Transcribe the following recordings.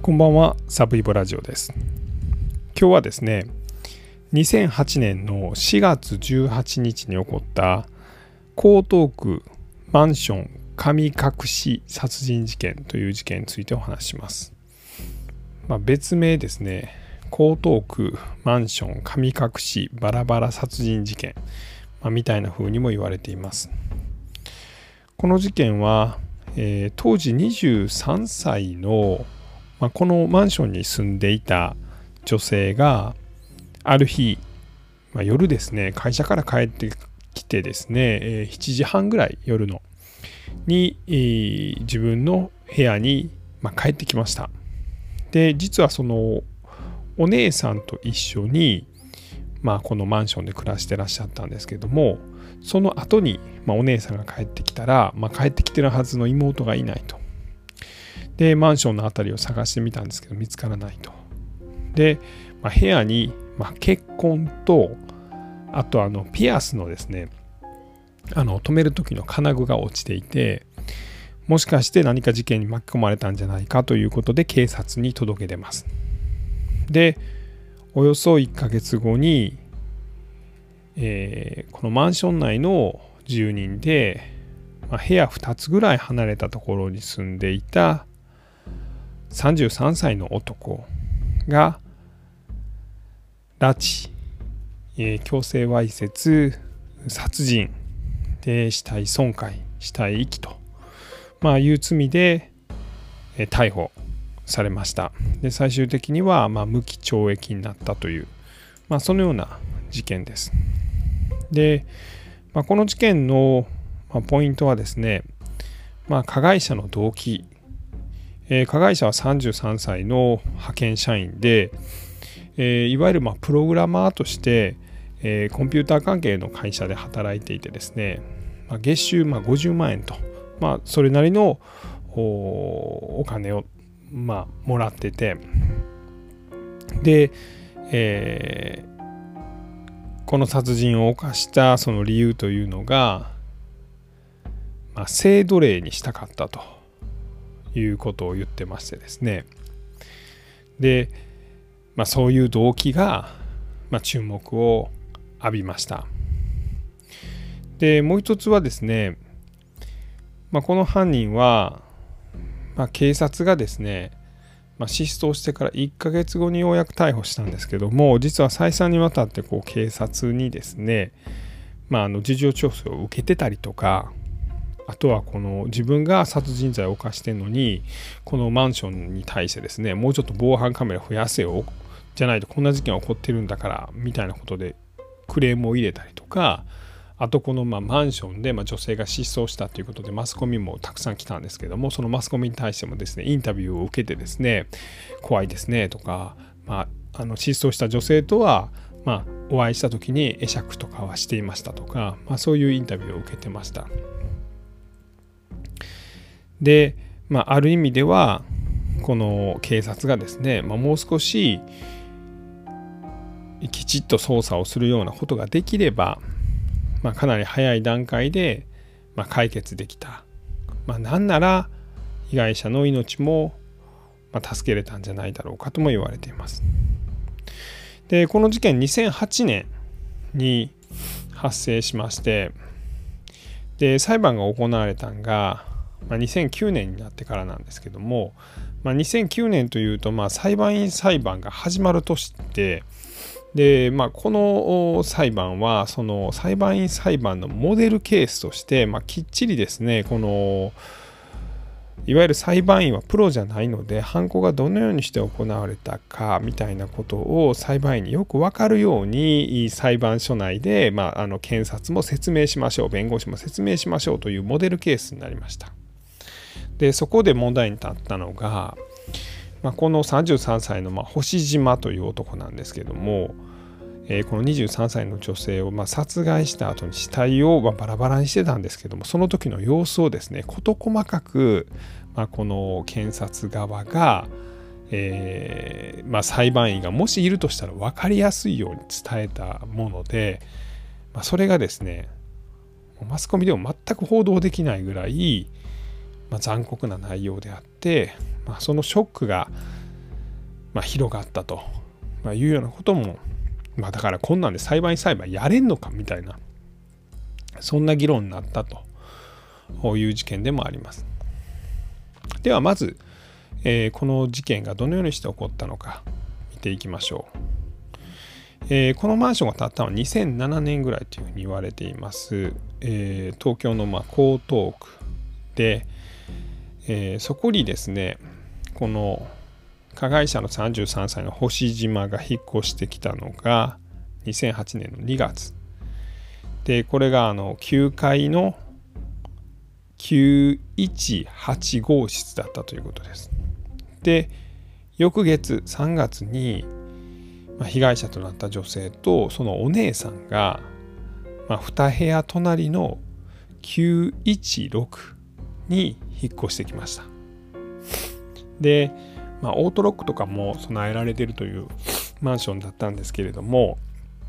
こんばんは、サブイボラジオです。今日はですね、2008年の4月18日に起こった江東区マンション神隠し殺人事件という事件についてお話しします。別名ですね、江東区マンション神隠しバラバラ殺人事件、みたいな風にも言われています。この事件は、当時23歳のこのマンションに住んでいた女性がある日、夜ですね、会社から帰ってきてですね、7時半ぐらい夜のに、自分の部屋に、帰ってきました。で、実はそのお姉さんと一緒に、このマンションで暮らしてらっしゃったんですけども、その後に、お姉さんが帰ってきたら、帰ってきてるはずの妹がいないと。で、マンションの辺りを探してみたんですけど見つからないと。で、部屋に、血痕とあとピアスのですね止める時の金具が落ちていて、もしかして何か事件に巻き込まれたんじゃないかということで警察に届け出ます。で、およそ1ヶ月後に、このマンション内の住人で、部屋2つぐらい離れたところに住んでいた33歳の男が拉致、強制わいせつ、殺人で死体損壊、死体遺棄と、いう罪で、逮捕されました。で、最終的には無期懲役になったという、そのような事件です。で、この事件の、ポイントはですね、加害者の動機。加害者は33歳の派遣社員で、いわゆるプログラマーとして、コンピューター関係の会社で働いていてですね、月収50万円と、それなりのお金をもらってて、で、この殺人を犯したその理由というのが、性奴隷にしたかったということを言ってましてですね。で、そういう動機が、注目を浴びました。で、もう一つはですね、この犯人は、警察がですね、失踪してから1ヶ月後にようやく逮捕したんですけども、実は再三にわたって警察にですね、事情聴取を受けてたりとか、あとは自分が殺人罪を犯してるのに、このマンションに対してですね、もうちょっと防犯カメラ増やせよ、じゃないとこんな事件起こってるんだからみたいなことでクレームを入れたりとか、あとこのマンションで女性が失踪したということでマスコミもたくさん来たんですけども、そのマスコミに対してもですねインタビューを受けてですね、怖いですねとか、失踪した女性とはお会いした時に会釈とかはしていましたとか、そういうインタビューを受けてました。で、ある意味ではこの警察がですね、もう少しきちっと捜査をするようなことができれば、かなり早い段階で、解決できた、なんなら被害者の命も、助けれたんじゃないだろうかとも言われています。で、この事件2008年に発生しまして、で裁判が行われたのが2009年になってからなんですけども、2009年というと裁判員裁判が始まる年で、この裁判はその裁判員裁判のモデルケースとして、きっちりですね、いわゆる裁判員はプロじゃないので、犯行がどのようにして行われたかみたいなことを裁判員によく分かるように裁判所内で、検察も説明しましょう、弁護士も説明しましょうというモデルケースになりました。で、そこで問題に立ったのが、この33歳の星島という男なんですけども、この23歳の女性を殺害した後に死体をバラバラにしてたんですけども、その時の様子をですね事細かく、この検察側が、裁判員がもしいるとしたら分かりやすいように伝えたもので、それがですねマスコミでも全く報道できないぐらい、残酷な内容であって、そのショックが広がったと、いうようなことも、だからこんなんで裁判員裁判やれんのかみたいな、そんな議論になったという事件でもあります。ではまず、この事件がどのようにして起こったのか見ていきましょう。このマンションが建ったのは2007年ぐらいというふうに言われています。東京の江東区で、そこにですね、この加害者の33歳の星島が引っ越してきたのが2008年の2月で、これが9階の918号室だったということです。で、翌月3月に被害者となった女性とそのお姉さんが、2部屋隣の916に引っ越してきました。で、オートロックとかも備えられているというマンションだったんですけれども、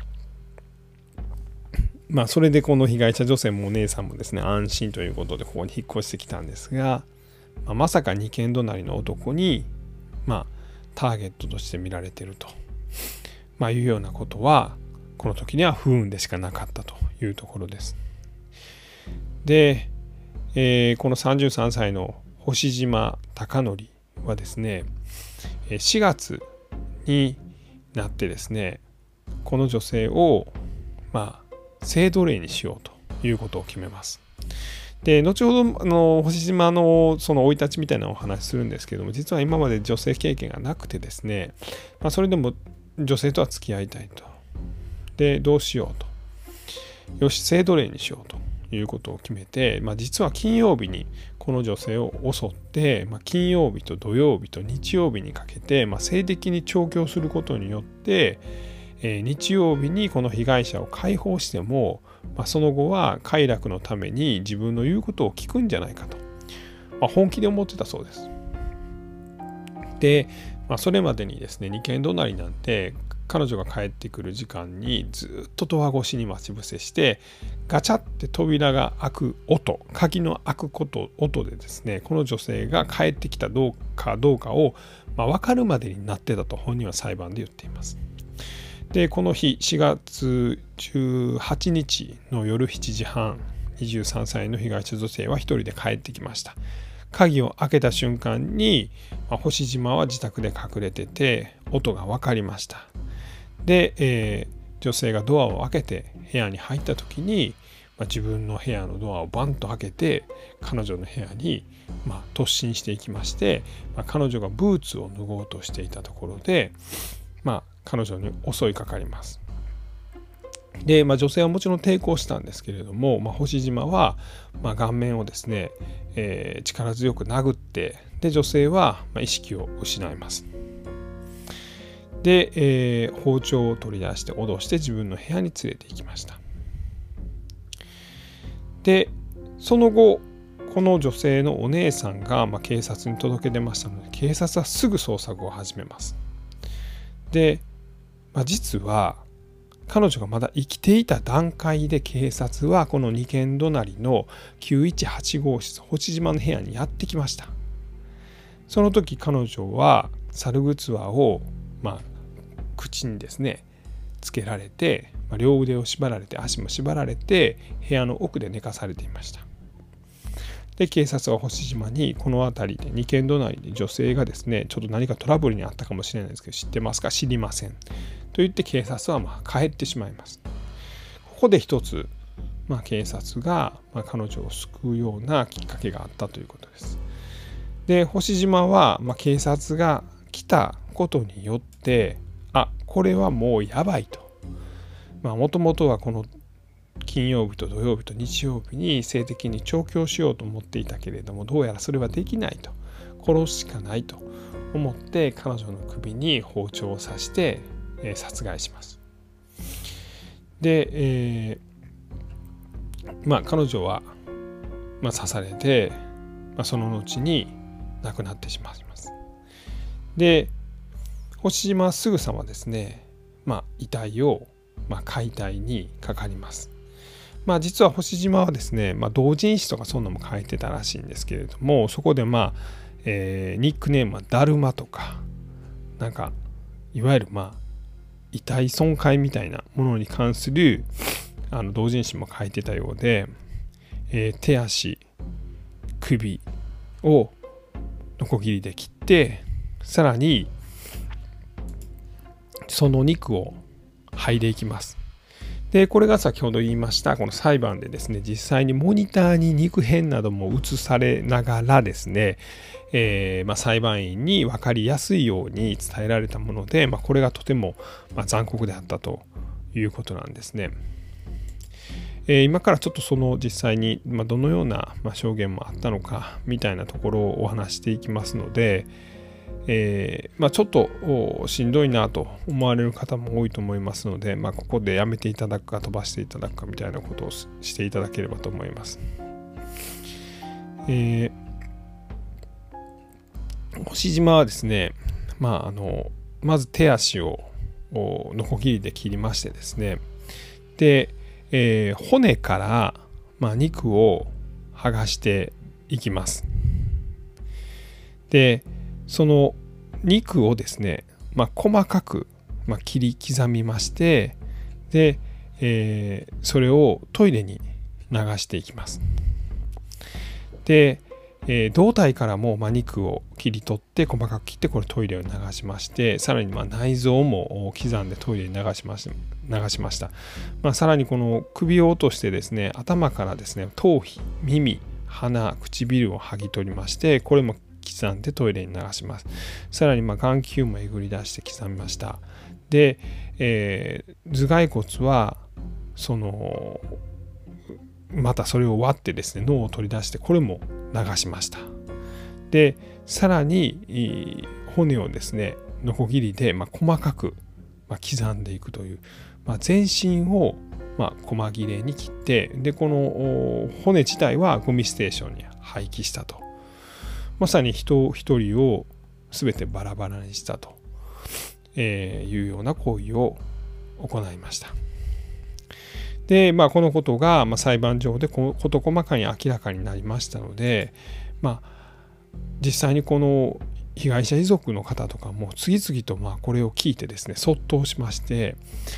それでこの被害者女性もお姉さんもですね、安心ということでここに引っ越してきたんですが、まさか2軒隣の男にターゲットとして見られていると、いうようなことはこの時には不運でしかなかったというところです。で、この33歳の星島貴則はですね、4月になってですね、この女性を性奴隷にしようということを決めます。で、後ほど星島のその生い立ちみたいなお話するんですけども、実は今まで女性経験がなくてですね、それでも女性とは付き合いたいと。で、どうしようと。よし、性奴隷にしようということを決めて、実は金曜日にこの女性を襲って、金曜日と土曜日と日曜日にかけて、性的に調教することによって、日曜日にこの被害者を解放しても、その後は快楽のために自分の言うことを聞くんじゃないかと、本気で思ってたそうです。で、それまでにですね、2軒隣なんて彼女が帰ってくる時間にずっとドア越しに待ち伏せして、ガチャって扉が開く音、鍵の開く音でですね、この女性が帰ってきたどうかを、分かるまでになってたと本人は裁判で言っています。で、この日4月18日の夜7時半、23歳の被害者女性は一人で帰ってきました。鍵を開けた瞬間に、星島は自宅で隠れてて音が分かりました。で、女性がドアを開けて部屋に入った時に、自分の部屋のドアをバンと開けて彼女の部屋に、突進していきまして、彼女がブーツを脱ごうとしていたところで、彼女に襲いかかります。で、女性はもちろん抵抗したんですけれども、星島は、顔面をですね、力強く殴って、で女性は意識を失います。で、包丁を取り出して脅して自分の部屋に連れて行きました。で、その後この女性のお姉さんが、警察に届け出ましたので、警察はすぐ捜索を始めます。で、実は彼女がまだ生きていた段階で警察はこの2軒隣の918号室星島の部屋にやってきました。その時彼女は猿ぐつわを口にですねつけられて、両腕を縛られて足も縛られて部屋の奥で寝かされていました。で、警察は星島にこの辺りで2軒隣で女性がですね、ちょっと何かトラブルにあったかもしれないですけど知ってますか、知りませんと言って警察は帰ってしまいます。ここで一つ、警察が彼女を救うようなきっかけがあったということです。で、星島は警察が来たことによって、これはもうやばいと。もともとはこの金曜日と土曜日と日曜日に性的に調教しようと思っていたけれども、どうやらそれはできないと、殺すしかないと思って彼女の首に包丁を刺して殺害します。で、彼女は、刺されて、その後に亡くなってしまいます。で、星島はすぐさまですね、遺体を、解体にかかります。実は星島はですね、同人誌とかそんなのも書いてたらしいんですけれども、そこでニックネームはだるまとか、 なんかいわゆる遺体損壊みたいなものに関する同人誌も書いてたようで、手足首をノコギリで切って、さらにその肉を剥いでいきます。でこれが先ほど言いましたこの裁判でですね、実際にモニターに肉片なども映されながらですね、裁判員に分かりやすいように伝えられたもので、これがとても残酷であったということなんですね。今からちょっとその実際にどのような証言もあったのかみたいなところをお話していきますので、ちょっとしんどいなと思われる方も多いと思いますので、ここでやめていただくか飛ばしていただくかみたいなことをしていただければと思います。星島はですね、まず手足をノコギリで切りましてですね、で、骨から、肉を剥がしていきます。でその肉をですね、細かく、切り刻みまして、で、それをトイレに流していきます。で、胴体からも、肉を切り取って細かく切ってこれトイレを流しまして、さらに内臓も刻んでトイレに流しました。さらにこの首を落としてですね、頭からですね頭皮、耳、鼻、唇を剥ぎ取りまして、これも刻んでトイレに流します。さらに眼球もえぐり出して刻みました。で、頭蓋骨はまたそれを割ってですね脳を取り出してこれも流しました。でさらに骨をですねノコギリで細かく刻んでいくという、全身を細切れに切って、でこの骨自体はゴミステーションに廃棄したと。まさに人一人を全てバラバラにしたというような行為を行いました。で、このことが裁判上で事細かに明らかになりましたので、実際にこの被害者遺族の方とかも次々とこれを聞いてですね卒倒しまして、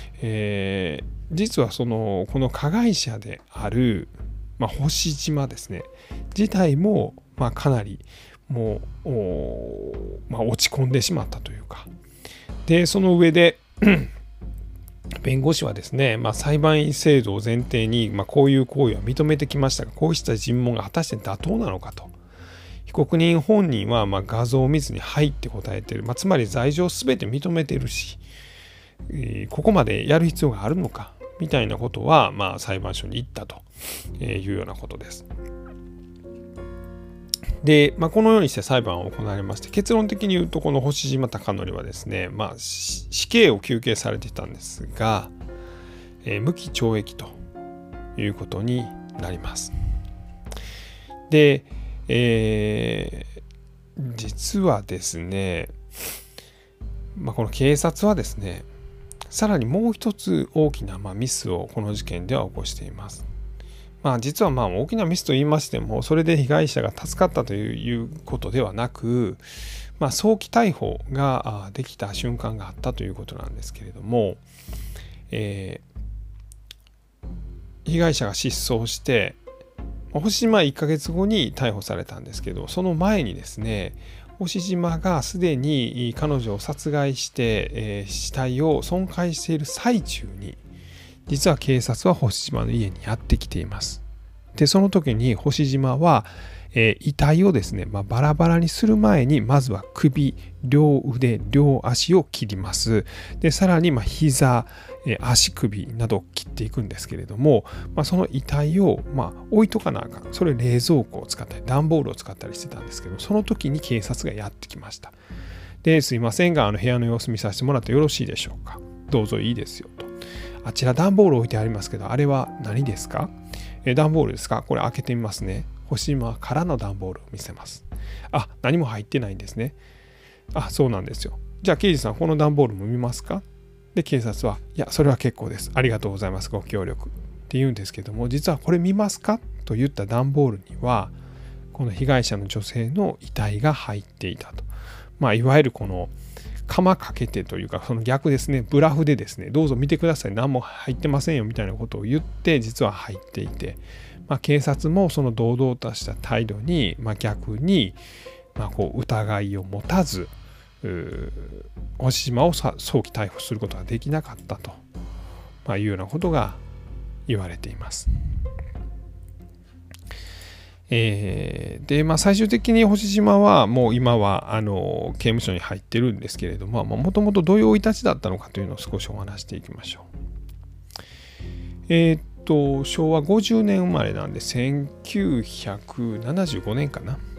実はこの加害者である、星島ですね自体もかなりもう、落ち込んでしまったというか、でその上で弁護士はですね、裁判員制度を前提に、こういう行為は認めてきましたが、こうした尋問が果たして妥当なのかと。被告人本人は画像を見ずに「はい」って答えている、つまり罪状を全て認めているし、ここまでやる必要があるのかみたいなことは、裁判所に言ったというようなことです。で、このようにして裁判は行われまして、結論的に言うとこの星島貴則はですね、死刑を求刑されていたんですが、無期懲役ということになります。で、実はですね、この警察はですね、さらにもう一つ大きなミスをこの事件では起こしています。実は大きなミスと言いましても、それで被害者が助かったということではなく、早期逮捕ができた瞬間があったということなんですけれども、被害者が失踪して星島は1ヶ月後に逮捕されたんですけど、その前にですね星島がすでに彼女を殺害して、死体を損壊している最中に実は警察は星島の家にやってきています。でその時に星島は、遺体をですね、バラバラにする前にまずは首、両腕、両足を切ります。でさらに膝、足首などを切っていくんですけれども、その遺体を置いとかなあかん、それ冷蔵庫を使ったり段ボールを使ったりしてたんですけど、その時に警察がやってきました。ですいませんが部屋の様子見させてもらってよろしいでしょうか。どうぞいいですよと。あちら段ボール置いてありますけど、あれは何ですか？段ボールですか？これ開けてみますね。星島からの段ボールを見せます。何も入ってないんですね。そうなんですよ。じゃあ刑事さんこの段ボールも見ますか？で警察は、いやそれは結構です。ありがとうございます。ご協力って言うんですけども、実はこれ見ますかと言った段ボールにはこの被害者の女性の遺体が入っていたと。いわゆるこの釜かけてというか、その逆ですね、ブラフでですね、どうぞ見てください、何も入ってませんよみたいなことを言って、実は入っていて、警察もその堂々とした態度に、逆に、こう疑いを持たず、星島を早期逮捕することができなかったと、いうようなことが言われています。で最終的に星島はもう今は刑務所に入ってるんですけれども、もともとどういう生い立ちだったのかというのを少しお話していきましょう。昭和50年生まれなんで1975年かな。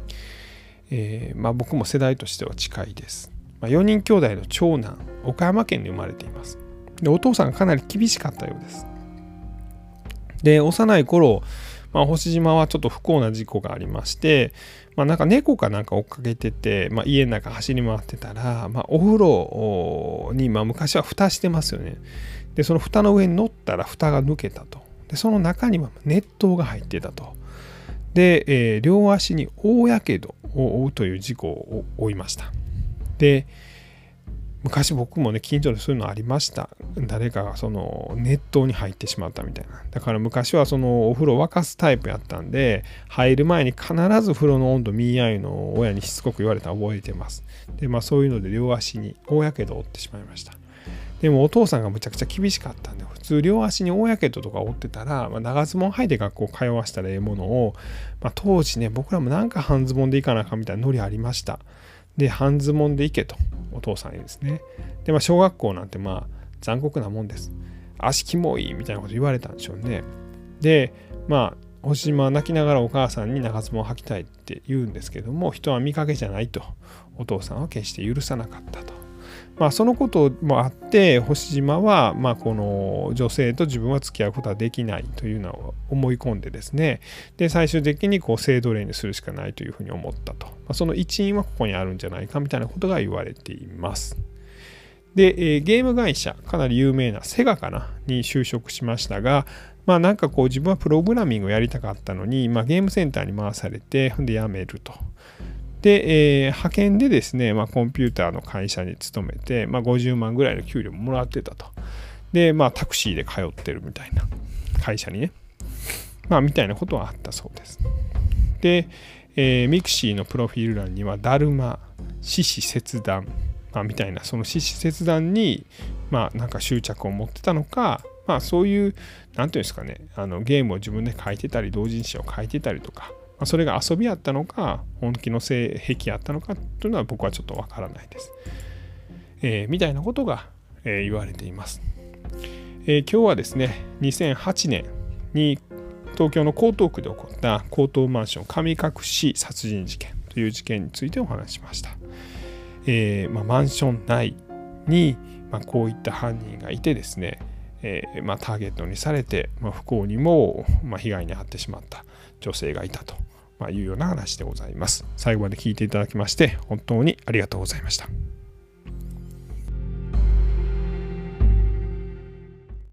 僕も世代としては近いです。4人兄弟の長男、岡山県に生まれています。でお父さんがかなり厳しかったようです。で幼い頃、星島はちょっと不幸な事故がありまして、なんか猫かなんか追っかけてて、家の中走り回ってたら、お風呂に、昔は蓋してますよね。でその蓋の上に乗ったら蓋が抜けたと。でその中には熱湯が入ってたと。で、両足に大やけどを負うという事故を負いました。で昔僕もね近所でそういうのありました。誰かがその熱湯に入ってしまったみたいな。だから昔はそのお風呂沸かすタイプやったんで、入る前に必ず風呂の温度見合いの親にしつこく言われたのを覚えてます。でそういうので両足に大やけどを負ってしまいました。でもお父さんがむちゃくちゃ厳しかったんで、普通両足に大やけどとか負ってたら、長ズボン履いて学校通わしたらええものを、当時ね僕らもなんか半ズボンで行かなあかんみたいなノリありました。で半ズボンで行けとお父さんにですね。で小学校なんて残酷なもんです。足キモいみたいなこと言われたんでしょうね。で星島は泣きながらお母さんに長ズボンを履きたいって言うんですけども、人は見かけじゃないとお父さんは決して許さなかったと。そのこともあって星島はこの女性と自分は付き合うことはできないというのを思い込んでですね、で最終的に性奴隷にするしかないというふうに思ったと。その一因はここにあるんじゃないかみたいなことが言われています。で、ゲーム会社かなり有名なセガかなに就職しましたが、なんか自分はプログラミングをやりたかったのに、ゲームセンターに回されてで辞めると。で、派遣でですね、コンピューターの会社に勤めて、50万ぐらいの給料ももらってたと。で、タクシーで通ってるみたいな会社にね、みたいなことはあったそうです。で、ミクシーのプロフィール欄には、だるま、獅子切断、みたいな、その獅子切断に、なんか執着を持ってたのか、そういう、なんていうんですかね、ゲームを自分で書いてたり、同人誌を書いてたりとか、それが遊びやったのか本気の性癖やったのかというのは僕はちょっとわからないです。みたいなことが、言われています。今日はですね2008年に東京の江東区で起こった高等マンション神隠し殺人事件という事件についてお話ししました。マンション内に、こういった犯人がいてですね、ターゲットにされて、不幸にも、被害に遭ってしまった女性がいたというような話でございます。最後まで聞いていただきまして本当にありがとうございました。